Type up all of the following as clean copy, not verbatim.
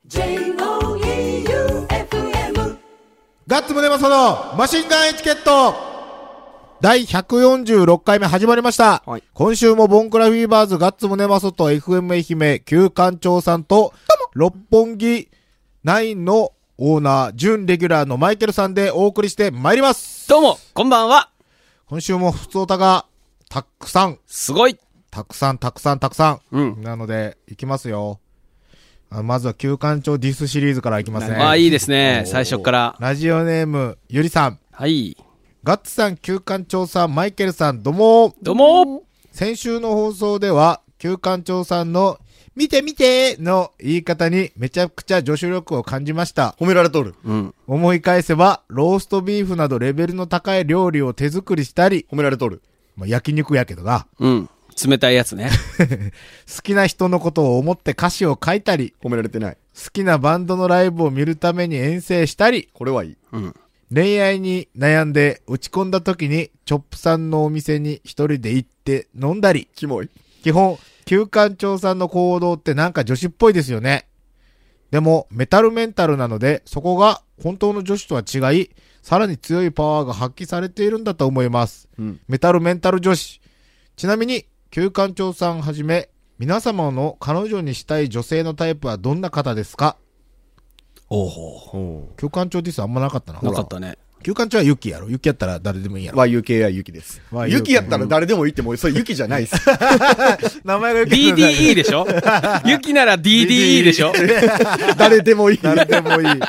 J-O-E-U-F-M ガッツムネマソのマシンガンエチケット第146回目始まりました、 はい、 今週もボンクラフィーバーズガッツムネマソと FM 愛媛旧館長さんと六本木9のオーナー準レギュラーのマイケルさんでお送りしてまいります。 どうもこんばんは。 今週もふつおたがたくさんすごいたくさん、うん、なのでいきますよ。まずは旧館長ディスシリーズからいきますね。 ああ、いいですね。最初からラジオネームゆりさん。 はい、 ガッツさん、旧館長さん、マイケルさん、どうも。先週の放送では旧館長さんの見て見ての言い方にめちゃくちゃ助手力を感じました。 褒められとる。 思い返せばローストビーフなどレベルの高い料理を手作りしたり、 褒められとる。 焼肉やけどな。 冷たいやつね。 好きな人のことを思って歌詞を書いたり、 褒められてない。 好きなバンドのライブを見るために遠征したり、 これはいい。 恋愛に悩んで打ち込んだ時にチョップさんのお店に一人で行って飲んだり。 キモい。 基本旧館長さんの行動ってなんか女子っぽいですよね。でもメタルメンタルなので、そこが本当の女子とは違い、さらに強いパワーが発揮されているんだと思います。メタルメンタル女子。ちなみに旧館長さんはじめ皆様の彼女にしたい女性のタイプはどんな方ですか？ おほ。 旧館長ディスあんまなかったな。 なかったね。 旧館長はユキやろ。ユキやったら誰でもいいやろ。 YUK やユキです。ユキやったら誰でもいいってもうそれユキじゃないっす。 名前がユキ。 DDE でしょ？ユキなら DDE でしょ？ 誰でもいい。 誰でもいい。好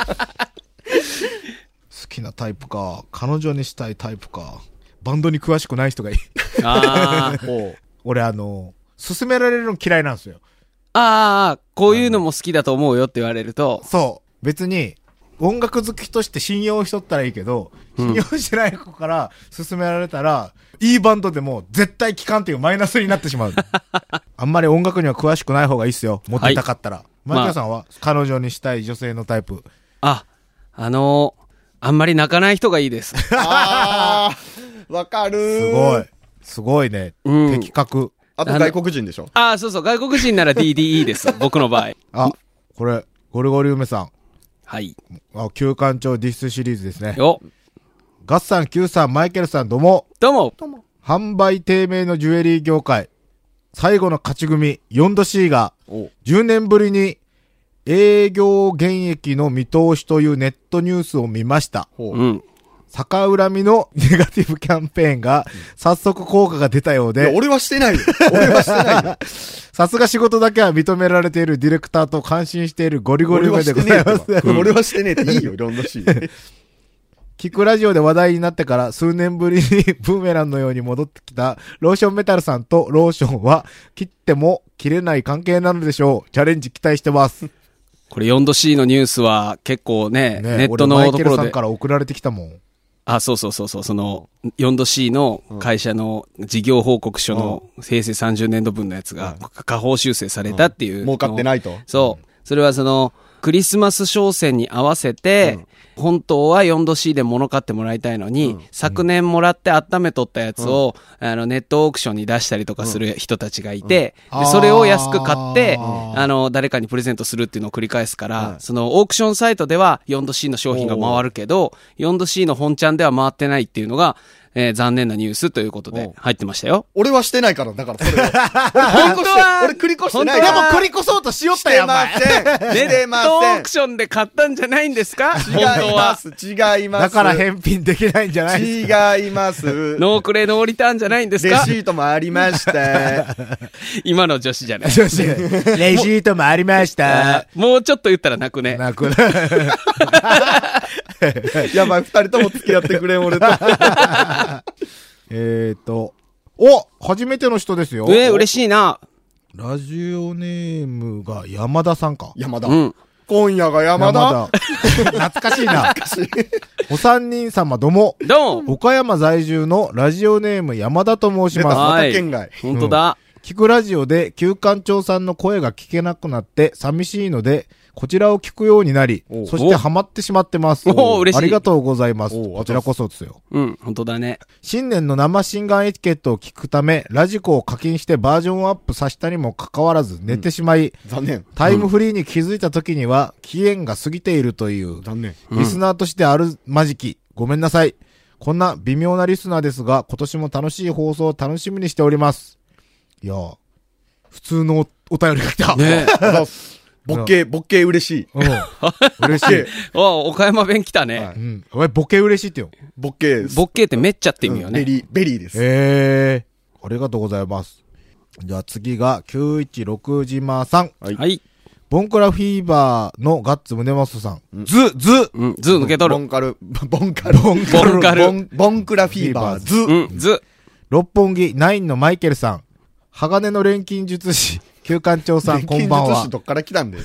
きなタイプか。彼女にしたいタイプか。バンドに詳しくない人がいい。俺勧められるの嫌いなんですよ。 こういうのも好きだと思うよって言われると。 そう。別に、音楽好きとして信用しとったらいいけど、信用してない子から勧められたら、いいバンドでも絶対聴かんっていうマイナスになってしまう。あんまり音楽には詳しくない方がいいっすよ。モテたかったら。マイケルさんは、彼女にしたい女性のタイプ。 あんまり泣かない人がいいです。 わかるー。 すごいね。的確。 あと外国人でしょ？ そうそう。外国人なら DDE です。僕の場合。 これ、ゴリゴリ梅さん。 はい。 旧館長ディスシリーズですね。ガッツさん、Q さん、マイケルさん、どうも。販売低迷のジュエリー業界。最後の勝ち組、4°C が、10年ぶりに営業現役の見通しというネットニュースを見ました。逆恨みのネガティブキャンペーンが早速効果が出たようで。 俺はしてないよ。 さすが仕事だけは認められているディレクターと感心しているゴリゴリ梅でございます。 俺はしてねえっていいよ、ロンドシー。 聞くラジオで話題になってから数年ぶりにブーメランのように戻ってきたローションメタルさんとローションは切っても切れない関係なのでしょう。チャレンジ期待してます。 これ 4°C のニュースは結構ね、ネットのところで。 マイケルさんから送られてきたもん。 そう。その、4°C の会社の事業報告書の平成30年度分のやつが下方修正されたっていう。 儲かってないと。 そう。それはクリスマス商戦に合わせて、本当は 4°C で物買ってもらいたいのに、昨年もらって温めとったやつを、ネットオークションに出したりとかする人たちがいて、でそれを安く買って、誰かにプレゼントするっていうのを繰り返すから、そのオークションサイトでは 4°C の商品が回るけど、4°C の本ちゃんでは回ってないっていうのが、残念なニュースということで入ってましたよ。 俺はしてないから、だからそれは。 本当は俺繰り越してない。 でも繰り越そうとしよったやん、 してません。 ネットオークションで買ったんじゃないんですか？本当は。 違います。 だから返品できないんじゃないですか？違います。 ノークレノーリターンじゃないんですか？ レシートもありました。 今の女子じゃない。 女子。レシートもありました。 もうちょっと言ったら泣くね。 泣くね。 やばい、二人とも付き合ってくれん、俺と。 初めての人ですよ。 嬉しいな。 ラジオネームが山田さんか。 山田。今夜が山田。 懐かしいな。お三人様どうも。岡山在住のラジオネーム山田と申します。 はい。本当だ。 聞くラジオで旧館長さんの声が聞けなくなって寂しいので、 こちらを聞くようになり、そしてハマってしまってます。 嬉しい。 ありがとうございます。こちらこそですよ。 本当だね。 新年の生心眼エチケットを聞くため、ラジコを課金してバージョンアップさせたにもかかわらず寝てしまい、 残念。 タイムフリーに気づいた時には、期限が過ぎているという、 残念。 リスナーとしてあるまじき、ごめんなさい。こんな微妙なリスナーですが、今年も楽しい放送を楽しみにしております。いや、普通のお便りが来た。 ねボッケ嬉しい。 嬉しい。 岡山弁来たね。 ボケ嬉しいってよ。 ボッケーってめっちゃって意味よね。 ベリーです。 ありがとうございます。じゃあ次が916島さん。 はい。 ボンクラフィーバーのガッツムネマスさん。ズ抜け取る。 ボンクラフィーバーズ。 六本木ナインのマイケルさん。鋼の錬金術師。旧館長さん、こんばんは。 錬金術師どっから来たんで。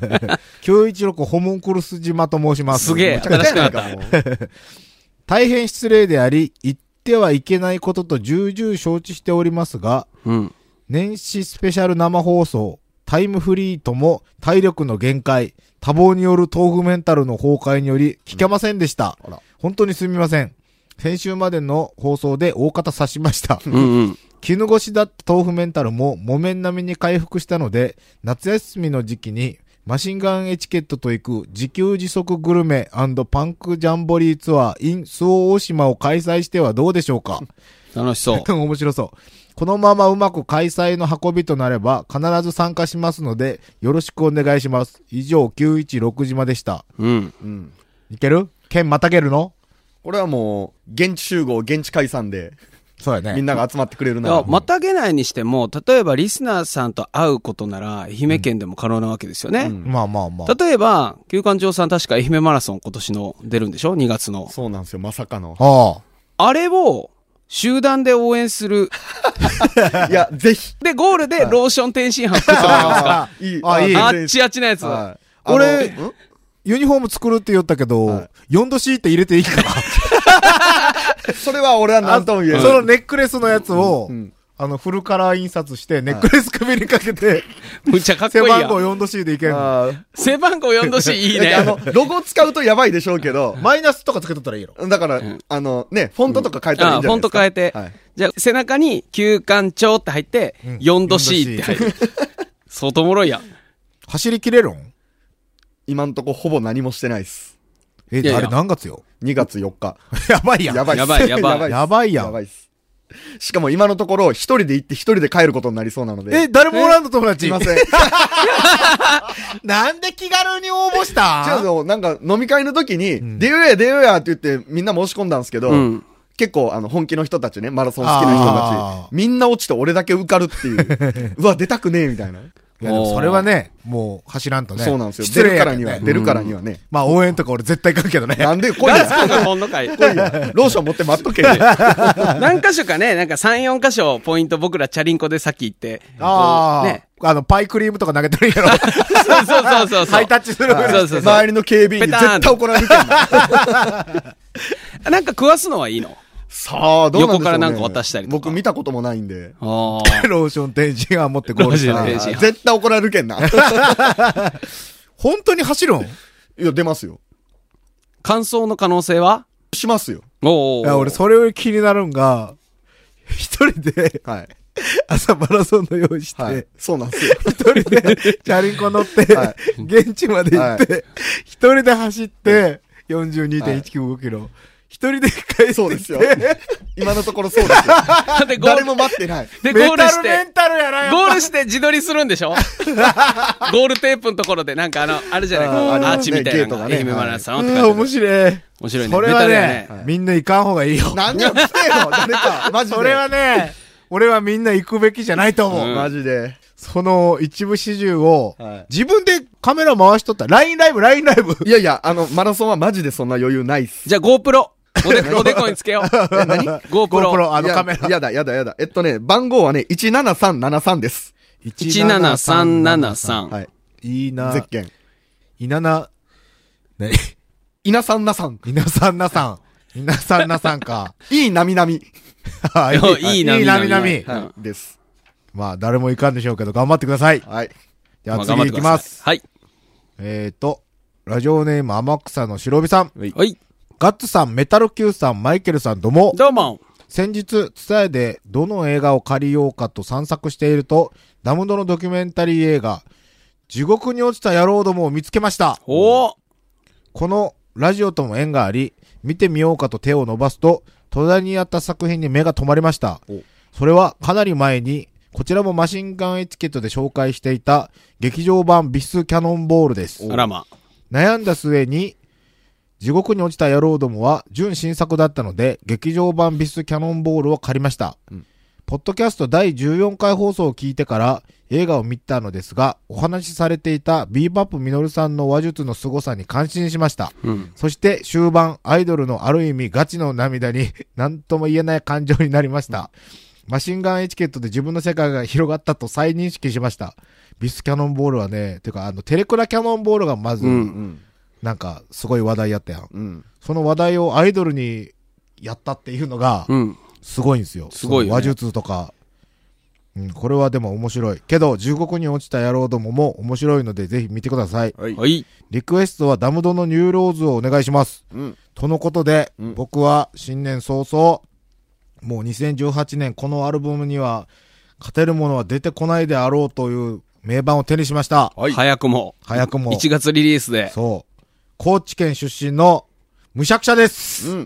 916ホモンクルス島と申します。 すげえ、新しくなった。 大変失礼であり、言ってはいけないことと重々承知しておりますが、年始スペシャル生放送、タイムフリーとも体力の限界、多忙による豆腐メンタルの崩壊により聞けませんでした。本当にすみません。先週までの放送で大方指しました。絹ごしだった豆腐メンタルも木綿並みに回復したので、夏休みの時期にマシンガンエチケットと行く自給自足グルメ&パンクジャンボリーツアー in 周防大島を開催してはどうでしょうか。 楽しそう。 面白そう。このままうまく開催の運びとなれば必ず参加しますのでよろしくお願いします。以上916島でした。いける？県またげるの？ これはもう現地集合現地解散で。 そうやね。 みんなが集まってくれるなら。 またげないにしても、例えばリスナーさんと会うことなら、愛媛県でも可能なわけですよね。 まあまあまあ。 例えば、旧館長さん確か愛媛マラソン今年の出るんでしょ ?2 月の。 そうなんですよ、まさかの。 あれを、集団で応援する。 いや、ぜひ。 で、ゴールでローション天津飯食ってもらいますか。 いい。 あっちあっちのやつ。 俺、ユニフォーム作るって言ったけど、4度 C って入れていいかな。 それは俺は何とも言えない。 そのネックレスのやつを、フルカラー印刷して、ネックレス首にかけて、 むっちゃかっこいいやん。 背番号4度 C でいけるの。 背番号4度 C いいね。 ロゴ使うとやばいでしょうけど。 マイナスとかつけとったらいいよ。 だから、ね、フォントとか変えたらいいんじゃないですか。 フォント変えて。じゃあ、背中に、旧館長って入って、4度 C って入る。相当おもろいやん。 走り切れるん？ 今んとこほぼ何もしてないっす。 あれ何月よ？ 2月4日。 やばいやん。 やばいやん。 っす。しかも今のところ一人で行って一人で帰ることになりそうなので。 誰もおらんの友達？ いません。 なんで気軽に応募した？ 違う、なんか飲み会の時に、出ようやって言ってみんな申し込んだんですけど、結構本気の人たちね、マラソン好きな人たち、みんな落ちて俺だけ受かるっていう、うわ、出たくねえみたいな。 いやでもそれはね、もう走らんとね。 そうなんですよ。 失礼やからね。出るからにはね。 まあ応援とか俺絶対行くけどね。 なんで来いや。 ほんのかい。 来いや。ローション持って待っとけ。 何箇所かね、なんか3、4箇所ポイント僕らチャリンコでさっき行って。 ね。パイクリームとか投げてるんやろ。 そう。 ハイタッチする。 そう。 周りの警備員に絶対怒られるけんな。 なんか食わすのはいいの？ さあ、どうなんでしょうね。 横からなんか渡したりとか。 僕見たこともないんで。 ローション天津飯持ってゴールしたら。 絶対怒られるけんな。 本当に走るん？ いや、出ますよ。 完走の可能性は？ しますよ。 いや、俺それより気になるんが、一人で、朝マラソンの用意して、 そうなんですよ。 一人でチャリンコ乗って、現地まで行って、一人で走って、42.195 キロ。一人で帰ってきて。 そうですよ。今のところそうですよ。誰も待ってない。 で、ゴールして、 メンタルやな、 ゴールして自撮りするんでしょゴールテープのところで、なんかあるじゃないアーチみたいなのが、愛媛マラソンって感じ。 面白い。 面白いね。 それはね、みんな行かん方がいいよ。 何をしてよ、誰か。マジで。 それはね、俺はみんな行くべきじゃないと思う。 マジで。 その一部始終を、自分でカメラ回しとったら、LINE ライブ。 いやいや、マラソンはマジでそんな余裕ないっす。 じゃあ GoPro。おでこにつけよう。 何 ?GoPro、カメラ。 やだ。番号はね、17373です。 17373。 はい。 いいな。 ゼッケン。 何稲さんなさん。 稲さんなさんか。 いいなみなみ。 いいなみなみ。 です。 まあ、誰もいかんでしょうけど、頑張ってください。 はい。 じゃあ次行きます。 はい。 ラジオネーム天草の白帯さん。 はい。 ガッツさん、メタル Q さん、マイケルさん、どうも。 どうも。 先日、ツタヤでどの映画を借りようかと散策していると、ダムドのドキュメンタリー映画、地獄に落ちた野郎どもを見つけました。 おー。 このラジオとも縁があり、見てみようかと手を伸ばすと、戸田にあった作品に目が止まりました。それはかなり前に、こちらもマシンガンエチケットで紹介していた劇場版ビスキャノンボールです。 あらま。 悩んだ末に、地獄に落ちた野郎どもは純新作だったので、劇場版ビスキャノンボールを借りました。ポッドキャスト第14回放送を聞いてから映画を見たのですが、お話しされていたビーバップミノルさんの話術の凄さに感心しました。そして終盤、アイドルのある意味ガチの涙に何とも言えない感情になりました。マシンガンエチケットで自分の世界が広がったと再認識しました。ビスキャノンボールはね、てかテレクラキャノンボールがまず、なんかすごい話題やったやん。その話題をアイドルにやったっていうのが、すごいんですよ。 すごいよね。 話術とか。これはでも面白い。けど、地獄に落ちた野郎どもも面白いので、ぜひ見てください。 はい。 リクエストはダムドのニューローズをお願いします。とのことで、僕は新年早々、もう2018年このアルバムには、勝てるものは出てこないであろうという名盤を手にしました。 早くも。1月リリースで。 そう。高知県出身のむしゃくしゃです。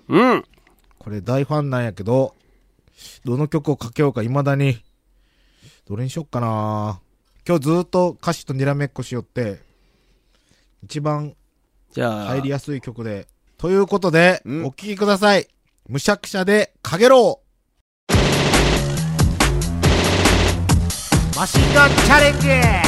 これ大ファンなんやけど、どの曲をかけようか未だに、どれにしよっかな。今日ずっと歌詞とにらめっこしよって、一番入りやすい曲で。ということで、お聴きください。むしゃくしゃでかげろう。マシンガンチャレンジ。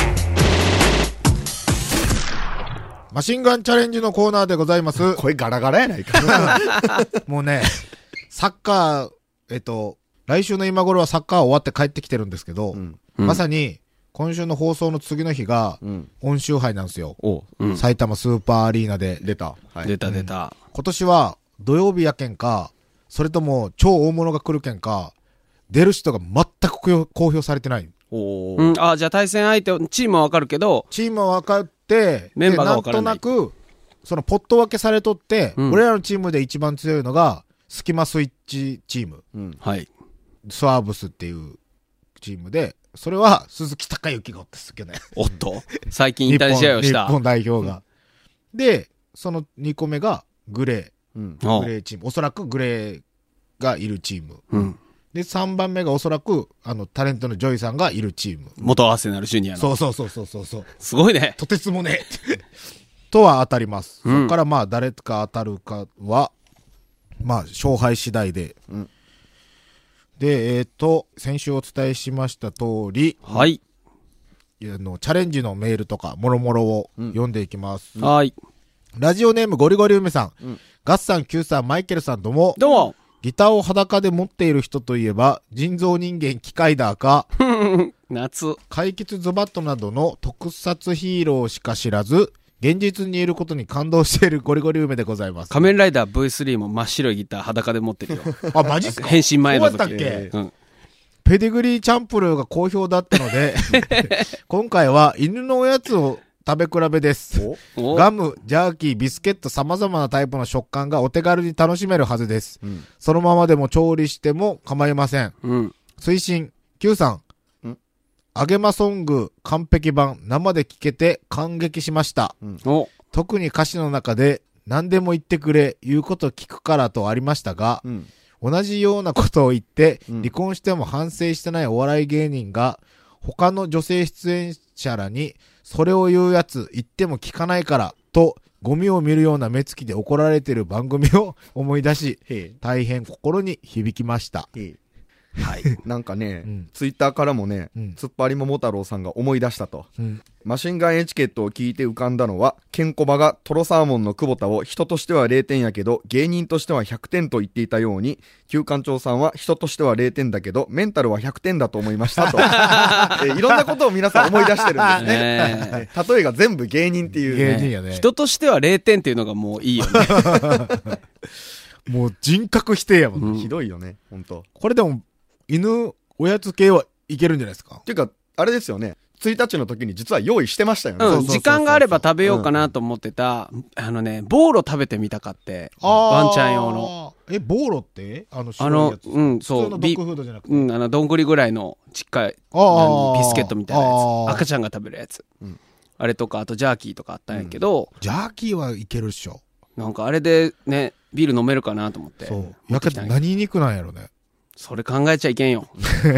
マシンガンチャレンジのコーナーでございます。 声ガラガラやないか。 もうね、サッカー、来週の今頃はサッカー終わって帰ってきてるんですけど、まさに今週の放送の次の日が、温州杯なんですよ。埼玉スーパーアリーナで。 出た。 出た。 今年は土曜日やけんか、それとも超大物が来るけんか、出る人が全く公表されてない。 じゃあ対戦相手、チームはわかるけど。 チームは分かって、 メンバーがわからない。 なんとなく、そのポット分けされとって、俺らのチームで一番強いのが、スキマスイッチチーム。 はい。 スワーブスっていうチームで、それは鈴木孝之がおってすっけどね。 おっと最近引退試合をした。 日本代表が。で、その2個目がグレー。グレーチーム。おそらくグレーがいるチーム。で、3番目がおそらく、タレントのジョイさんがいるチーム。 元アーセナルジュニアの。 そう。 すごいね。 とてつもねえ。とは当たります。そこからまあ誰か当たるかは、まあ勝敗次第で。で、先週お伝えしました通り、 はい。 チャレンジのメールとか、もろもろを読んでいきます。 はい。 ラジオネームゴリゴリ梅さん、ガッさん、Qさん、マイケルさん、どうも。 どうも。 ギターを裸で持っている人といえば、人造人間機械ダーか、 夏。 怪奇ズバットなどの特撮ヒーローしか知らず、現実にいることに感動しているゴリゴリ梅でございます。 仮面ライダー V3 も真っ白いギター裸で持ってるよ。 あ、マジっすか？ 変身前の時。 そうだったっけ？ペディグリーチャンプルーが好評だったので、今回は犬のおやつを食べ比べです。ガム、ジャーキー、ビスケット、様々なタイプの食感がお手軽に楽しめるはずです。そのままでも調理しても構いません。推進、Q さん。あげまソング完璧版生で聴けて感激しました。特に歌詞の中で何でも言ってくれ、言うこと聞くからとありましたが、同じようなことを言って離婚しても反省してないお笑い芸人が他の女性出演者らにそれを言うやつ言っても聞かないからとゴミを見るような目つきで怒られている番組を思い出し、大変心に響きました。 はい。なんかね、ツイッターからもね、つっぱり桃太郎さんが思い出したと。マシンガンエチケットを聞いて浮かんだのは、ケンコバがトロサーモンの久保田を人としては0点やけど、芸人としては100点と言っていたように、旧館長さんは人としては0点だけど、メンタルは100点だと思いましたと。いろんなことを皆さん思い出してるんですね。例えが全部芸人っていう、ね。 芸人やね。 人としては0点っていうのがもういいよね。 もう人格否定やもん。 ひどいよね、ほんと。 これでも、犬おやつ系はいけるんじゃないですか。 っていうか、あれですよね。 1日の時に実は用意してましたよね。 うん、時間があれば食べようかなと思ってた、ボーロ食べてみたかって、ワンちゃん用の。 ボーロって白いやつ。 うん、そう。 普通のドッグフードじゃなくて。 うん、どんぐりぐらいのちっかい、ビスケットみたいなやつ。赤ちゃんが食べるやつ。あれとか、あとジャーキーとかあったんやけど。 ジャーキーはいけるっしょ。 なんかあれでね、ビール飲めるかなと思って。 そう。やけど何肉なんやろね。 それ考えちゃいけんよ。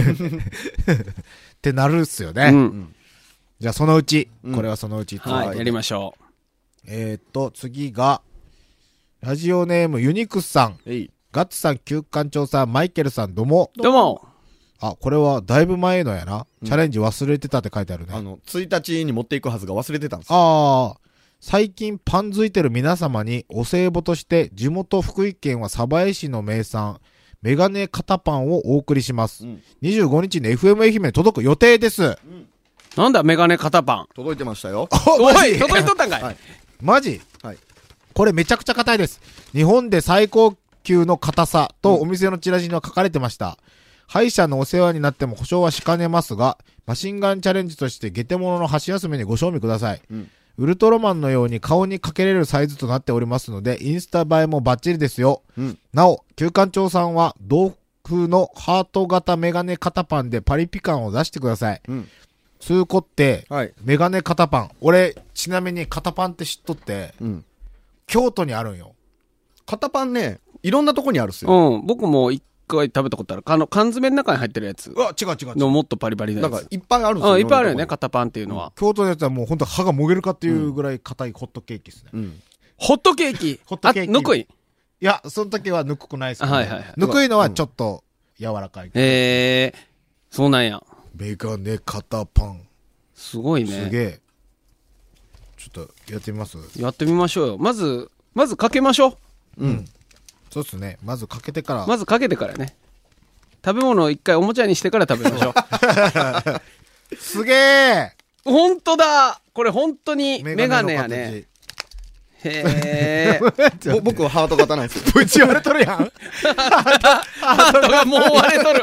ってなるっすよね。じゃあそのうち、これはそのうち。 はい、やりましょう。次が、ラジオネームユニクスさん。ガッツさん、旧館長さん、マイケルさん、どうも。 どうも。 あ、これはだいぶ前のやな。チャレンジ忘れてたって書いてあるね。 1日に持っていくはずが忘れてたんですよ。 ああ。最近パンづいてる皆様にお歳暮として地元福井県は鯖江市の名産、メガネ肩パンをお送りします。25日に FM 愛媛に届く予定です。 なんだメガネ肩パン。 届いてましたよ。 おい、届いとったんかい。 はい、 マジ？ はい。 これめちゃくちゃ硬いです。日本で最高級の硬さとお店のチラシには書かれてました。歯医者のお世話になっても保証はしかねますが、マシンガンチャレンジとしてゲテモノの箸休めにご賞味ください。ウルトラマンのように顔にかけれるサイズとなっておりますので、インスタ映えもバッチリですよ。なお、旧館長さんは同風のハート型メガネ肩パンでパリピ感を出してください。通行って、メガネ肩パン。俺、ちなみに肩パンって知っとって、京都にあるんよ。 肩パンね、いろんなとこにあるっすよ。 僕も一回食べたことある。缶詰の中に入ってるやつ。 うわ、違う。 のもっとパリパリなやつ。 なんかいっぱいあるんですよ。 いっぱいあるよね、肩パンっていうのは。 京都のやつはもうほんと歯がもげるかっていうぐらい硬いホットケーキですね。 ホットケーキホットケーキ。 ぬくい？ いや、その時はぬくくないですけど。 はい。 ぬくいのはちょっと柔らかい。 そうなんや。 メガネ肩パン。 すごいね。 すげえ。ちょっとやってみます？ やってみましょうよ。まずかけましょう。そうっすね。まずかけてから。 まずかけてからね。食べ物を一回おもちゃにしてから食べましょう。すげえ。 ほんとだ。これほんとにメガネやね。へー。僕はハート型なんですよ。 ぶち割れとるやん。 ハートがもう割れとる。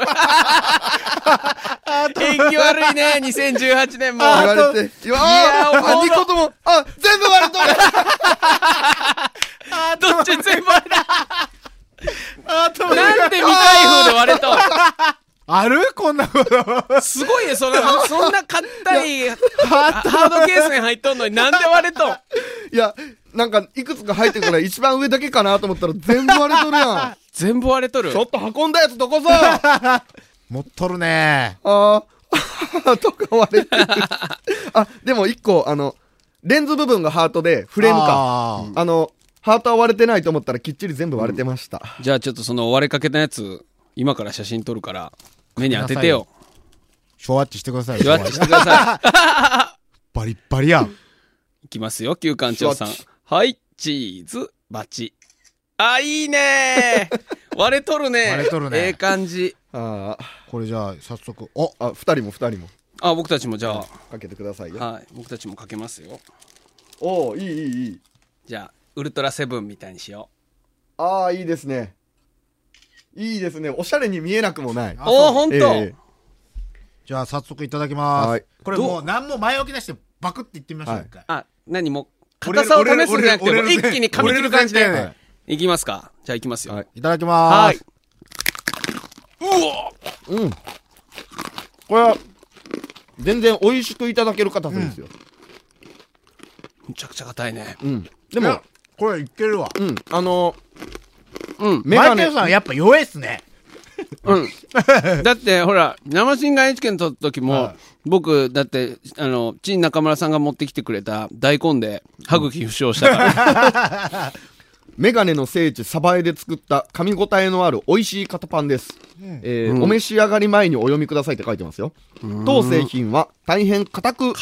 縁起悪いね、2018年も。 言われて。いや2個とも、全部割れとる。 どっち全部割れた。なんで未開封で割れとん。 あるこんなこと。 すごいね、そんな硬いハードケースに入っとんのになんで割れとん。 いや、なんか、いくつか入ってるから一番上だけかなと思ったら全部割れとるやん。 全部割れとる。 ちょっと運んだやつどこさ。 持っとるね。 とか割れてる。でも一個、レンズ部分がハートで、フレームか。ハートは割れてないと思ったらきっちり全部割れてました。 じゃあちょっとその割れかけたやつ、今から写真撮るから、目に当ててよ。 ショーアッチしてくださいよ。 ショーアッチしてください。 バリッバリやん。 いきますよ、旧館長さん。はい、チーズ、バチ。いいねー。割れとるね。 割れとるね。 ええ感じ。 これじゃあ、早速。 二人も。 僕たちもじゃあ。 かけてくださいよ。 はい、僕たちもかけますよ。 いい。 じゃあ、ウルトラセブンみたいにしよう。いいですね。いいですね。おしゃれに見えなくもない。 ほんと。 じゃあ、早速いただきます。 はい。 これもう何も前置きなしでバクっていってみましょう、一回。 何も硬さを試すんじゃなくて、一気に噛み切る感じで。いきますか。じゃあいきますよ。 いただきます。 これは、全然美味しくいただける硬さですよ。 むちゃくちゃ硬いね。 でも、これいけるわ。 メガネさんやっぱ弱いっすね。 だって、ほら、生新眼知見撮った時も、僕、だって、陳中村さんが持ってきてくれた大根で、歯茎負傷したから。 メガネの聖地、鯖江で作った噛み応えのある美味しい肩パンです。お召し上がり前にお読みくださいって書いてますよ。当製品は大変硬く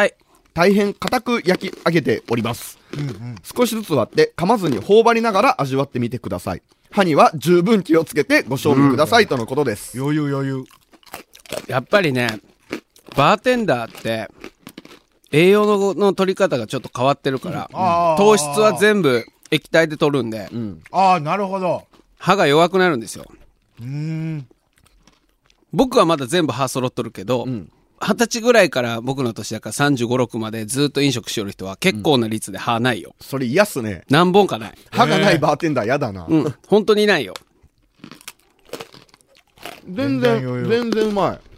焼き上げております。少しずつ割って噛まずに頬張りながら味わってみてください。歯には十分気をつけてご賞味くださいとのことです。 余裕。 やっぱりね、バーテンダーって、栄養の取り方がちょっと変わってるから、糖質は全部液体で取るんで、 なるほど。 歯が弱くなるんですよ。僕はまだ全部歯揃っとるけど、 20歳ぐらいから僕の年だから35、6までずっと飲食しよる人は結構な率で歯ないよ。 それ嫌っすね。 何本かない。 歯がないバーテンダー嫌だな。 うん。本当にないよ。 全然うまい。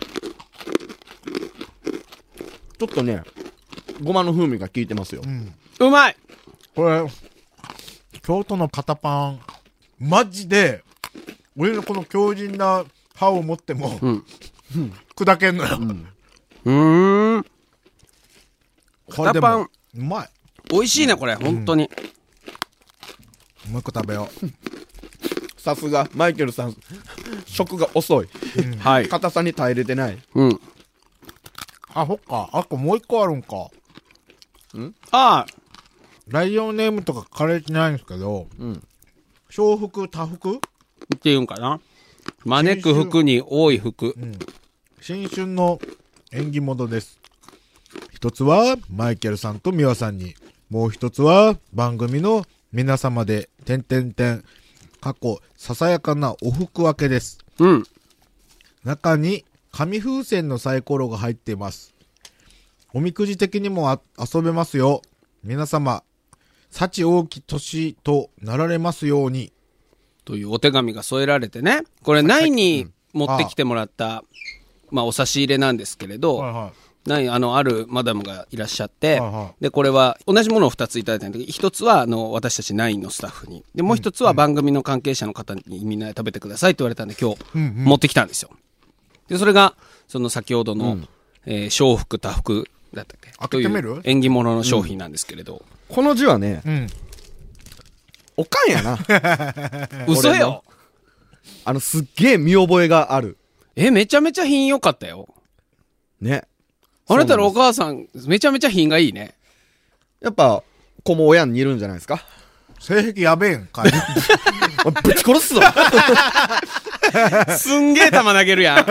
ちょっとね、ごまの風味が効いてますよ。 うまい。 これ、京都の肩パン、マジで、俺のこの強靭な歯を持っても、砕けんのよ。 肩パン。 うまい。 美味しいね、これ、本当に。 もう一個食べよう。さすが、マイケルさん、食が遅い。 はい。 硬さに耐えれてない。 あ、そっか。あ、もう一個あるんか。 ああ。 ライオンネームとか書かれてないんですけど、小福、多福っていうんかな。招く福に多い福。 新春の縁起物です。一つはマイケルさんとミワさんに、もう一つは番組の皆様で、過去ささやかなお福分けです。中に紙風船のサイコロが入っています。おみくじ的にも遊べますよ。皆様、幸多き年となられますように。 というお手紙が添えられてね。これ、ナイに持ってきてもらった、まあ、お差し入れなんですけれど、ナイ、あるマダムがいらっしゃって、で、これは、同じものを2ついただいたんだけど、1つは、私たちナインのスタッフに。で、もう1つは番組の関係者の方にみんなで食べてくださいって言われたんで、今日、持ってきたんですよ。で、それが、その先ほどの、小福、多福だったっけ開けてみる？ 縁起物の商品なんですけれど。 この字はね、おかんやな。 嘘よ。 すっげえ見覚えがある。 めちゃめちゃ品良かったよ。 ね。 あなたのお母さん、めちゃめちゃ品がいいね。 やっぱ、子も親に似るんじゃないですか。 性癖やべえんかい。 ぶち殺すぞ。 すんげえ球投げるやん。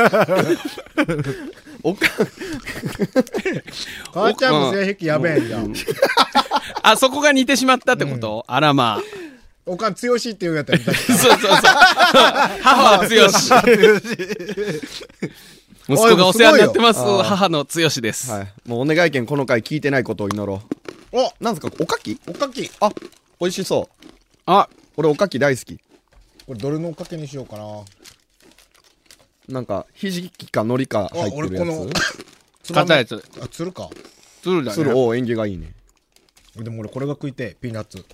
母ちゃんも性癖やべえんや。 あ、そこが似てしまったってこと？あらまあ。 おかん強しって言うやったらそう。母は強し。息子がお世話になってます。母の強しです。 はい。もうお願いけんこの回聞いてないことを祈ろう。なんすか、おかき？あ、美味しそう。 あ、 俺おかき大好き。 これどれのおかけにしようかな。 なんか、ひじきか海苔か入ってるやつ。 買ったやつ。 あ、つるか。 つるだね。 つる、縁起がいいね。 でも俺これが食いて、ピーナッツ。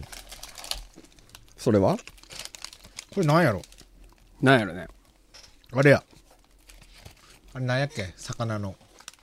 それは？ これなんやろ？ なんやろね。 あれや。あれなんやっけ？魚の。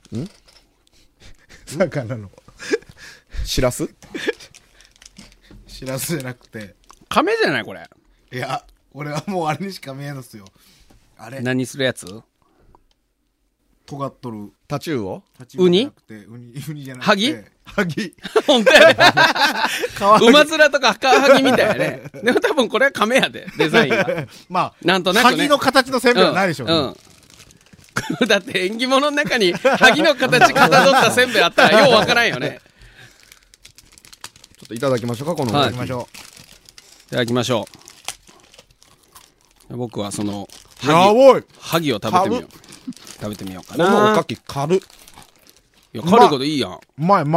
魚の。 しらす？ しらすじゃなくて。 亀じゃないこれ。 いや、俺はもうあれにしか見えんのっすよ。あれ。 何するやつ？ 尖っとる。 タチウオ？ ウニ？ ウニじゃなくて。 ハギ？ ハギ。 本当やね。馬面とかカワハギみたいやね。でも多分これは亀やで、デザインが。 まあ、 なんとなくね。 ハギの形のせんべいはないでしょうね。 だって縁起物の中にハギの形かたどったせんべいあったらようわからんよね。 ちょっといただきましょうか、この。 いただきましょう。 いただきましょう。僕はそのハギを食べてみよう。食べてみようかな。 このおかき軽っ。 いや、軽いこといいやん。 うまい。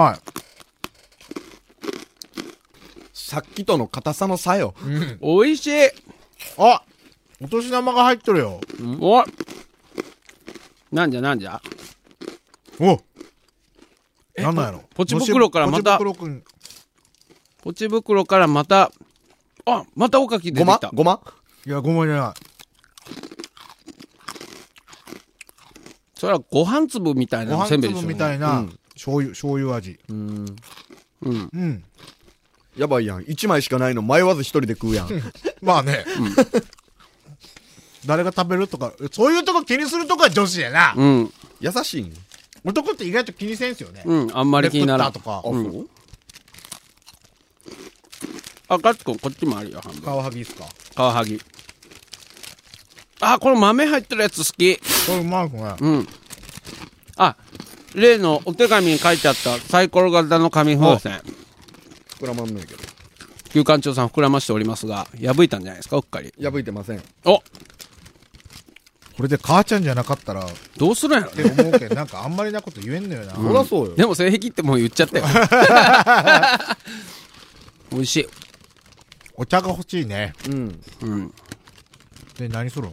さっきとの硬さの差よ。 美味しい。 あ、お年玉が入っとるよ。 お、なんじゃ。 お、なんなんやろ。 ポチ袋からまた。ポチ袋からまた。あ、またおかき出てきた。 ごま？ いや、ごまじゃない。 それはご飯粒みたいなせんべいでしょ。 ご飯粒みたいな醤油味。 やばいやん。1枚しかないの迷わず一人で食うやん。 まあね。誰が食べるとか、そういうとこ気にするとこは女子やな。 優しいね。 男って意外と気にせんすよね。 あんまり気にならん。 とか。 あ、ガッツくんこっちもあるよ、半分。 カワハギっすか？ カワハギ。あ、この豆入ってるやつ好き。 これうまいっすね。 あ、例のお手紙に書いてあったサイコロ型の紙風船。 膨らまんないけど。 旧館長さん膨らましておりますが、破いたんじゃないですか、うっかり。 破いてません。 お、 これで母ちゃんじゃなかったら、 どうするんやろって思うけど、なんかあんまりなこと言えんのよな。 そりゃそうよ。 でも性癖ってもう言っちゃったよ。美味しい。 お茶が欲しいね。 うん。 うん。 で、何するの？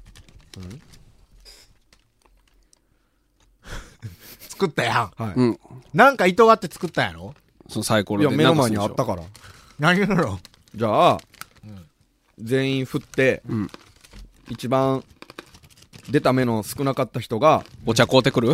作ったやん。 はい。 うん。 なんか意図があって作ったんやろ？ そのサイコロで。 いや、目の前にあったから。 何するの？ じゃあ、全員振って、一番出た目の少なかった人が、 お茶買うてくる？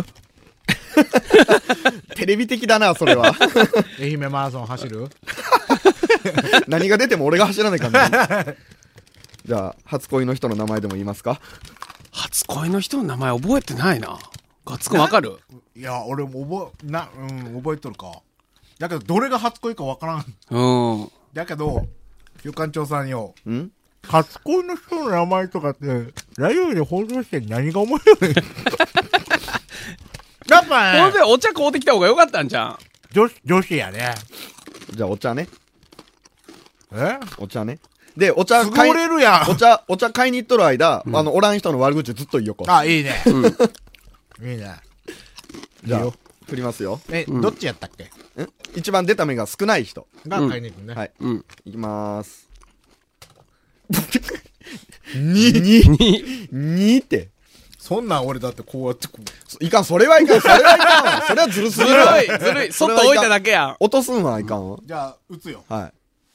テレビ的だな、それは。 愛媛マラソン走る？ 何が出ても俺が走らないからね。じゃあ、初恋の人の名前でも言いますか？ 初恋の人の名前覚えてないな。ガッツくんわかる？ いや、俺も覚えとるか。だけど、どれが初恋かわからん。 うん。 だけど、旧館長さんよ。 ん？ 初恋の人の名前とかって、ラジオで放送して何が面白い？やっぱね。 ほんでお茶買うてきた方がよかったんじゃん。 女子やね。 じゃあ、お茶ね。 え？ お茶ね。で、お茶買い、れるやん。 お茶買いに行っとる間、おらん人の悪口ずっと言いよこう。 あ、いいね。いいね。 じゃあ、振りますよ。 どっちやったっけ？ 一番出た目が少ない人が買いに行くね。 はい。いきまーす。2って。 そんなん俺だってこうやってこう。いかん、それはいかん。それはずるすぎるわ。 ずるい。そっと置いただけやん。 落とすんはいかんわ。 じゃあ、打つよ。 はい。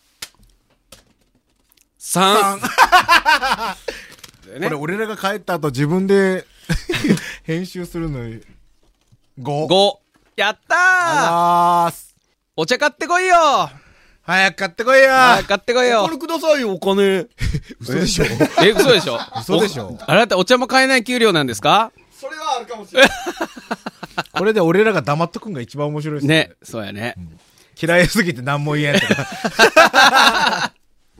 3。 これ俺らが帰った後自分で編集するのに。5。 やったー。 お茶買ってこいよ。 早く買ってこいよ。 早く買ってこいよ。 お金くださいよ、お金。 嘘でしょ？ 嘘でしょ？ 嘘でしょ？ あなたお茶も買えない給料なんですか？ それはあるかもしれない。 これで俺らが黙っとくんが一番面白いですね。 ね、そうやね。 嫌いすぎて何も言えんとか。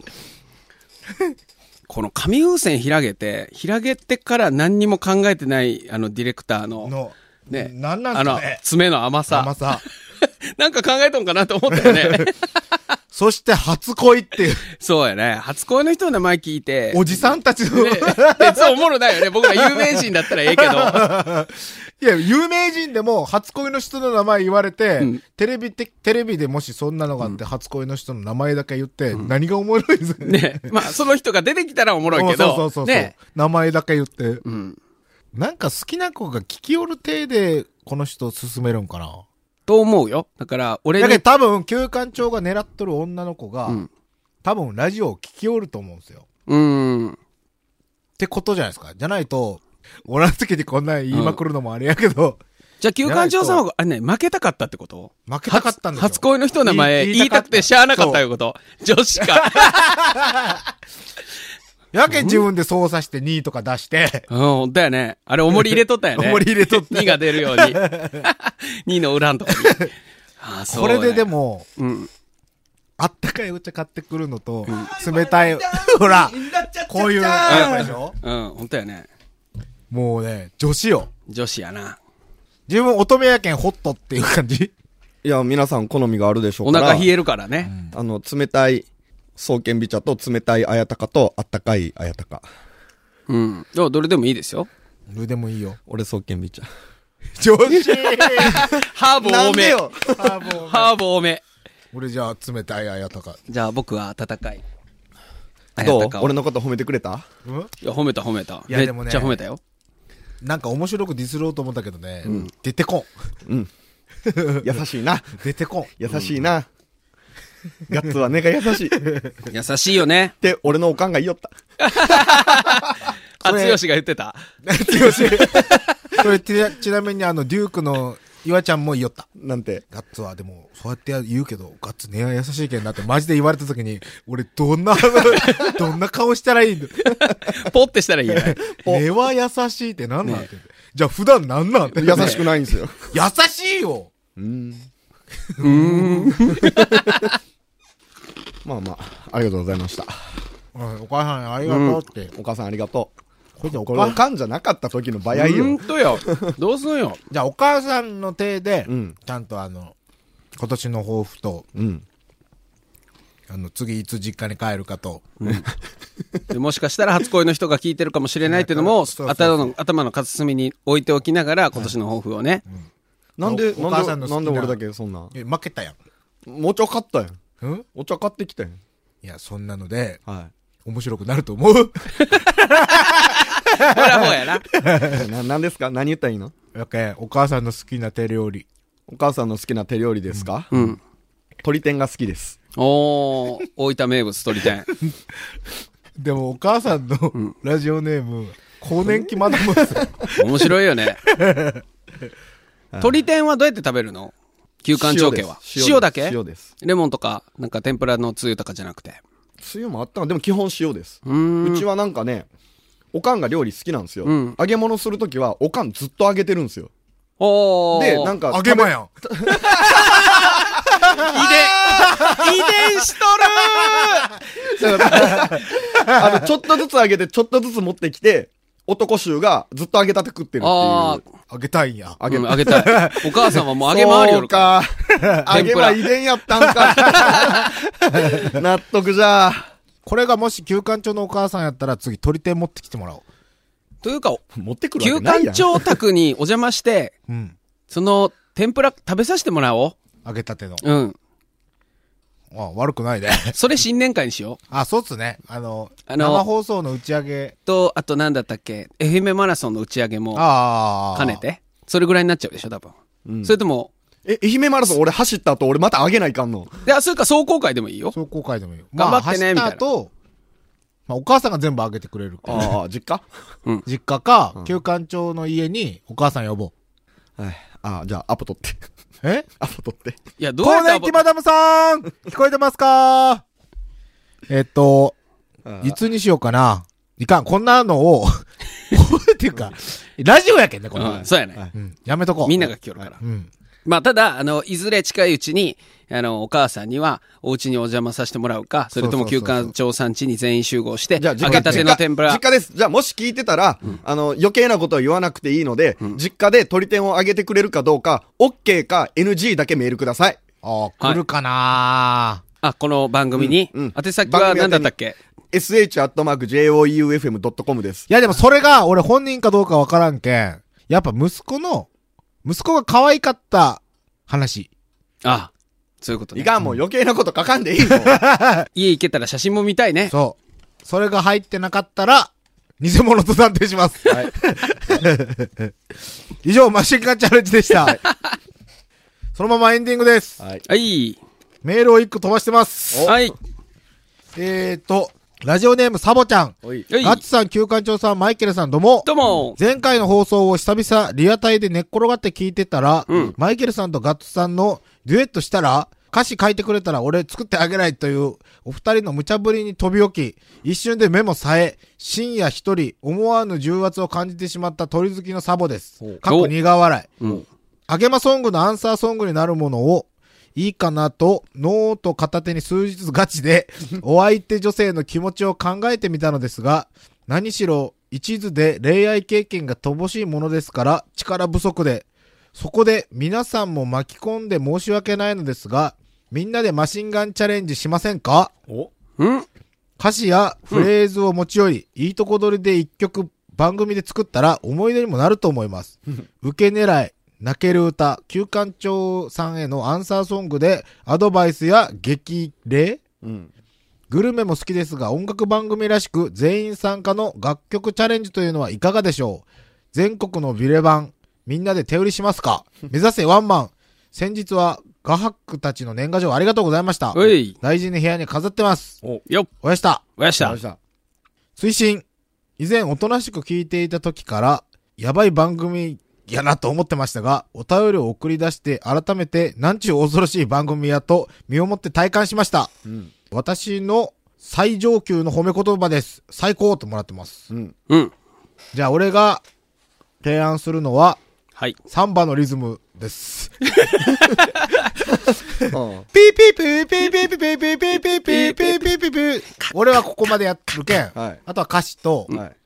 この紙風船開けてから何にも考えてないディレクターのね、 なんなんだね。 爪の甘さ。なんか考えとんかなと思ったよね。 そして初恋っていう。 そうやね。初恋の人の名前聞いて。 おじさんたちの。 別におもろないよね。僕ら有名人だったらええけど。 いや、有名人でも初恋の人の名前言われて、テレビでもしそんなのがあって、初恋の人の名前だけ言って、何がおもろいですね。まあ、その人が出てきたらおもろいけど。 そう。ね。名前だけ言って。なんか好きな子が聞き寄る体で、この人を進めるんかな。 と思うよ。だから、俺だけど多分、旧館長が狙っとる女の子が、多分ラジオを聞き寄ると思うんですよ。ってことじゃないですか。じゃないと、俺の時にこんな言いまくるのもあれやけど。 じゃあ、旧館長さんは、あれね、負けたかったってこと？ 負けたかったんですよ。 初恋の人の名前言いたくてしゃあなかったいうこと。女子か。 やけん自分で操作して2とか出して。 ほんとやね。あれ、重り入れとったよね。 重り入れとった。 2が出るように。2の裏のとこに。 これででも、あったかいお茶買ってくるのと、冷たい、ほら、こういう、やつでしょ？ ほんとやね。 もうね、女子よ。 女子やな。 自分乙女やけんホットっていう感じ？ いや、皆さん好みがあるでしょうから。 お腹冷えるからね。 冷たい、爽健美茶と冷たい綾鷹とあったかい綾鷹。 どれでもいいですよ。 どれでもいいよ。 俺爽健美茶。 女子ハーブ多め。 ハーブ多め。 俺じゃあ冷たい綾鷹。 じゃあ僕は温かい。 どう？俺のこと褒めてくれた？ いや、褒めた。 いやでもね。 めっちゃ褒めたよ。 なんか面白くディスろうと思ったけどね。出てこん。優しいな。 出てこん。 優しいな。ガッツは根が優しい。 優しいよね。 って俺のおかんが言いよった。 あ、つよしが言ってた。 つよし。それちなみにデュークの岩ちゃんも言いよった。 なんて。 ガッツはでも、そうやって言うけど、ガッツ根は優しいけんなってマジで言われた時に、俺どんな顔したらいいんだポってしたらいいよね。 根は優しいってなんなんて。じゃあ普段なんなんて。 優しくないんですよ。 優しいよまあまあ、ありがとうございました。 お母さんありがとうって。 お母さんありがとう。 これおかんじゃなかった時の場合よ。 ほんとよ。どうすんよ。 じゃあお母さんの手で、ちゃんと今年の抱負と、次いつ実家に帰るかと、 でもしかしたら初恋の人が聞いてるかもしれないっていうのも、頭の片隅に置いておきながら、今年の抱負をね。 なんで俺だけそんな。 負けたやん。 もうちょ買ったやん。お茶買ってきたやん。 いや、そんなので、 はい。 面白くなると思う。ほら、ほうやな。 何ですか？何言ったらいいの？ お母さんの好きな手料理。 お母さんの好きな手料理ですか？ うん。 鶏天が好きです。 大分名物鶏天。 でもお母さんのラジオネーム、更年期マダムですよ。 面白いよね。鶏天はどうやって食べるの？旧館長家は。塩だけ？ 塩です。 レモンとか、なんか天ぷらのつゆとかじゃなくて。 つゆもあったの？でも基本塩です。うちはなんかね、おかんが料理好きなんですよ。揚げ物するときは、おかんずっと揚げてるんですよ。で、なんか。 揚げまやん。 遺伝しとるちょっとずつ揚げて、ちょっとずつ持ってきて、男衆がずっと揚げたて食ってるっていう。 揚げたいんや。 揚げたい。お母さんはもう揚げ回りよるか。 揚げは遺伝やったんか。納得じゃ。 これがもし旧館長のお母さんやったら次鶏天持ってきてもらおう。 というか、 持ってくるわけないやん。 旧館長宅にお邪魔して、その天ぷら食べさせてもらおう。 揚げたての。 うん。 悪くないね。 それ新年会にしよう。そうっすね。生放送の打ち上げ。 と、あとなんだったっけ、愛媛マラソンの打ち上げも、兼ねて。それぐらいになっちゃうでしょ、多分。それとも、 愛媛マラソン俺走った後俺また揚げないかんの？ いや、それか走行会でもいいよ。 走行会でもいいよ。 頑張ってね、みたいな。 お母さんが全部揚げてくれるから。 実家？ 実家か、旧館長の家にお母さん呼ぼう。じゃあアポ取って。アポ取って。 いや、どうやって更年期マダムさん聞こえてますか？いつにしようかな。いかん、こんなのを、っていうか、ラジオやけんね、これ。 そうやね。 やめとこう。 みんなが聞るから。まあ、ただ、いずれ近いうちに、お母さんには、お家にお邪魔させてもらうか、それとも旧館長さん家に全員集合して、揚げたての天ぷら。 実家です。じゃあ、もし聞いてたら、余計なことは言わなくていいので、実家で鶏天を揚げてくれるかどうか、OK か NG だけメールください。 来るかな？ この番組に。宛先は何だったっけ sh@joeufm.com です。 いや、でもそれが、俺本人かどうかわからんけん。やっぱ息子が可愛かった話。 そういうことね。 いかん、もう余計なこと書かんでいいの。 家行けたら写真も見たいね。 そう。それが入ってなかったら、偽物と断定します。はい。以上、マシンガンチャレンジでした。そのままエンディングです。 はい。 メールを1個飛ばしてます。 はい。 ラジオネームサボちゃん。ガッツさん、旧館長さん、マイケルさん、どうも。 どうも。 前回の放送を久々、リアタイで寝っ転がって聞いてたら、マイケルさんとガッツさんのデュエットしたら、歌詞書いてくれたら俺作ってあげないという、お二人の無茶ぶりに飛び起き、一瞬で目も冴え、深夜一人、思わぬ重圧を感じてしまった鳥好きのサボです。かっこ苦笑い。あげまソングのアンサーソングになるものを、いいかなと、ノート片手に数日ガチで、お相手女性の気持ちを考えてみたのですが、何しろ、一途で恋愛経験が乏しいものですから、力不足で、そこで皆さんも巻き込んで申し訳ないのですが、みんなでマシンガンチャレンジしませんか？歌詞やフレーズを持ち寄り、いいとこ取りで一曲番組で作ったら思い出にもなると思います。受け狙い。泣ける歌、旧館長さんへのアンサーソングでアドバイスや激励、グルメも好きですが音楽番組らしく全員参加の楽曲チャレンジというのはいかがでしょう？全国のビレバン、みんなで手売りしますか？目指せワンマン。先日は画伯たちの年賀状ありがとうございました。大事に部屋に飾ってます。おやした。推進。以前おとなしく聞いていた時からやばい番組やなと思ってましたが、お便りを送り出して改めてなんちゅう恐ろしい番組やと身をもって体感しました。私の最上級の褒め言葉です。最高ともらってます。じゃあ俺が提案するのは、サンバのリズムです。ピーピーピーピーピーピーピーピーピーピーピーピーピー。俺はここまでやってるけん。あとは歌詞と、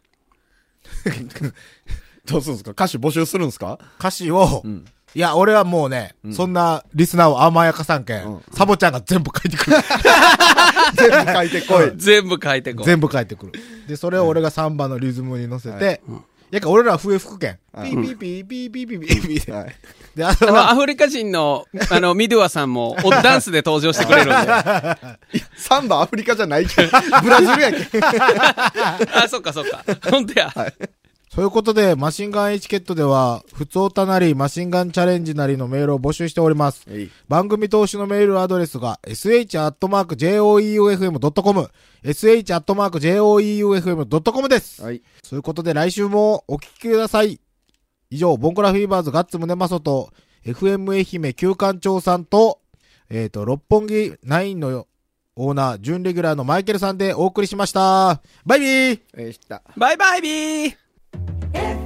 どうするんですか？歌詞募集するんですか？ 歌詞を、いや、俺はもうね、そんなリスナーを甘やかさんけん、サボちゃんが全部書いてくる。 全部書いてこい。 全部書いてこい。 全部書いてくる。で、それを俺がサンバのリズムに乗せて、やか俺ら笛吹くけん。ピーピーピーピーピーピーピーピーで。で、 アフリカ人の、ミドゥアさんも、ダンスで登場してくれるんで。 サンバアフリカじゃないけん。ブラジルやけん。 あ、そっかそっか。ほんとや。はい。 そういうことで、マシンガンエチケットでは、ふつおたなり、マシンガンチャレンジなりのメールを募集しております。番組投資のメールアドレスが、sh@joeufm.com、sh@joeufm.com です。はい。そういうことで、来週もお聞きください。以上、ボンクラフィーバーズガッツムネマソと、FM 愛媛旧館長さんと、六本木9のオーナー、準レギュラーのマイケルさんでお送りしました。バイビー。 バイバイビー。